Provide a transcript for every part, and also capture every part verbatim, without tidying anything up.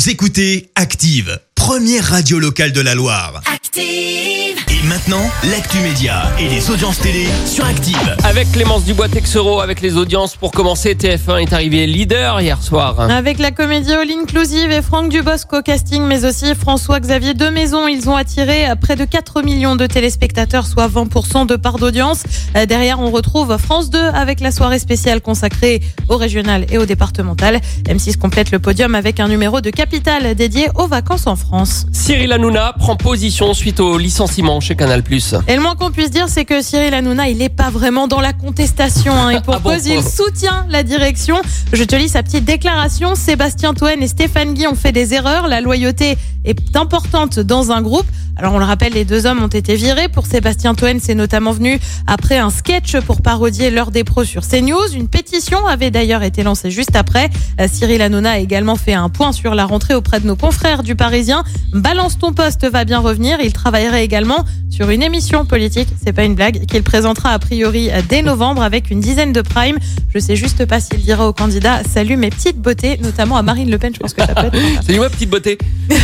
Vous écoutez Active, première radio locale de la Loire. Active! Et maintenant, l'actu média et les audiences télé sur Active. Avec Clémence Dubois-Texero, avec les audiences, pour commencer, T F un est arrivé leader hier soir. Avec la comédie All Inclusive et Franck Dubosc au casting, mais aussi François-Xavier Demaison, ils ont attiré près de quatre millions de téléspectateurs, soit vingt pour cent de part d'audience. Derrière, on retrouve France deux avec la soirée spéciale consacrée au régional et au départemental. M six complète le podium avec un numéro de Capital dédié aux vacances en France. Cyril Hanouna prend position suite au licenciement chez Canal+. Et le moins qu'on puisse dire, c'est que Cyril Hanouna, il n'est pas vraiment dans la contestation. Hein, et pour Ah bon, cause, il bon. soutient la direction. Je te lis sa petite déclaration. Sébastien Toen et Stéphane Guy ont fait des erreurs. La loyauté est importante dans un groupe. Alors on le rappelle, les deux hommes ont été virés. Pour Sébastien Toen, c'est notamment venu après un sketch pour parodier l'heure des pros sur CNews. Une pétition avait d'ailleurs été lancée juste après. Euh, Cyril Hanouna a également fait un point sur la rentrée auprès de nos confrères du Parisien. Balance ton poste va bien revenir. Il travaillerait également sur une émission politique, c'est pas une blague, qu'il présentera a priori dès novembre avec une dizaine de primes. Je sais juste pas s'il dira aux candidats « Salut mes petites beautés », notamment à Marine Le Pen, je pense que ça peut être... Salut ma petite beauté.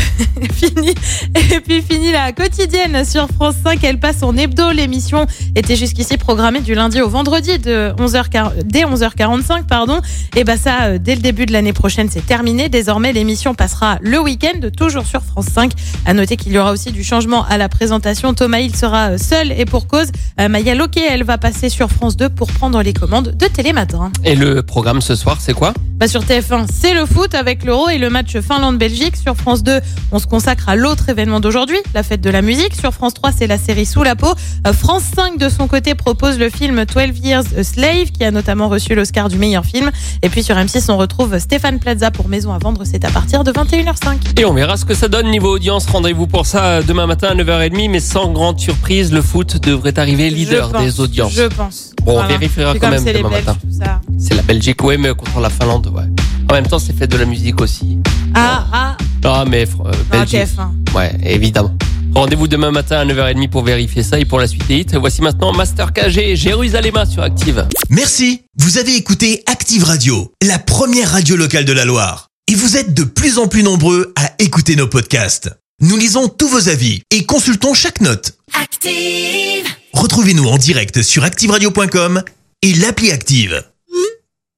Fini. Et puis fini la quotidienne sur France cinq, elle passe en hebdo. L'émission était jusqu'ici programmée du lundi au vendredi de onze heures, dès onze heures quarante-cinq, pardon. Et bah ça, dès le début de l'année prochaine, c'est terminé. Désormais, l'émission passera le week-end, toujours sur France cinq. À noter qu'il y aura aussi du changement à la présentation. Thomas Hill sera seul et pour cause. Maya Loquet, elle va passer sur France deux pour prendre les commandes de Télématin. Et le programme ce soir, c'est quoi ? Bah sur T F un, c'est le foot avec l'Euro et le match Finlande-Belgique. Sur France deux, on se consacre à l'autre événement d'aujourd'hui, la fête de la musique. Sur France trois, c'est la série Sous la peau. Euh, France cinq, de son côté, propose le film twelve years a Slave, qui a notamment reçu l'Oscar du meilleur film. Et puis sur M six, on retrouve Stéphane Plaza pour Maison à vendre. C'est à partir de vingt et une heures cinq. Et on verra ce que ça donne niveau audience. Rendez-vous pour ça demain matin à neuf heures trente. Mais sans grande surprise, le foot devrait arriver leader Je pense, des audiences. Je pense. Bon, on vérifiera Puis quand comme même c'est les demain Belges, matin. tout ça. C'est la Belgique, ouais, mais contre la Finlande, ouais. En même temps, c'est fait de la musique aussi. Ah, ah, Ah, mais euh, non, Belgique. T F un. Ouais, évidemment. Rendez-vous demain matin à neuf heures trente pour vérifier ça et pour la suite des hits. Voici maintenant Master K G Jérusalem sur Active. Merci. Vous avez écouté Active Radio, la première radio locale de la Loire. Et vous êtes de plus en plus nombreux à écouter nos podcasts. Nous lisons tous vos avis et consultons chaque note. Active! Retrouvez-nous en direct sur active radio point com et l'appli Active.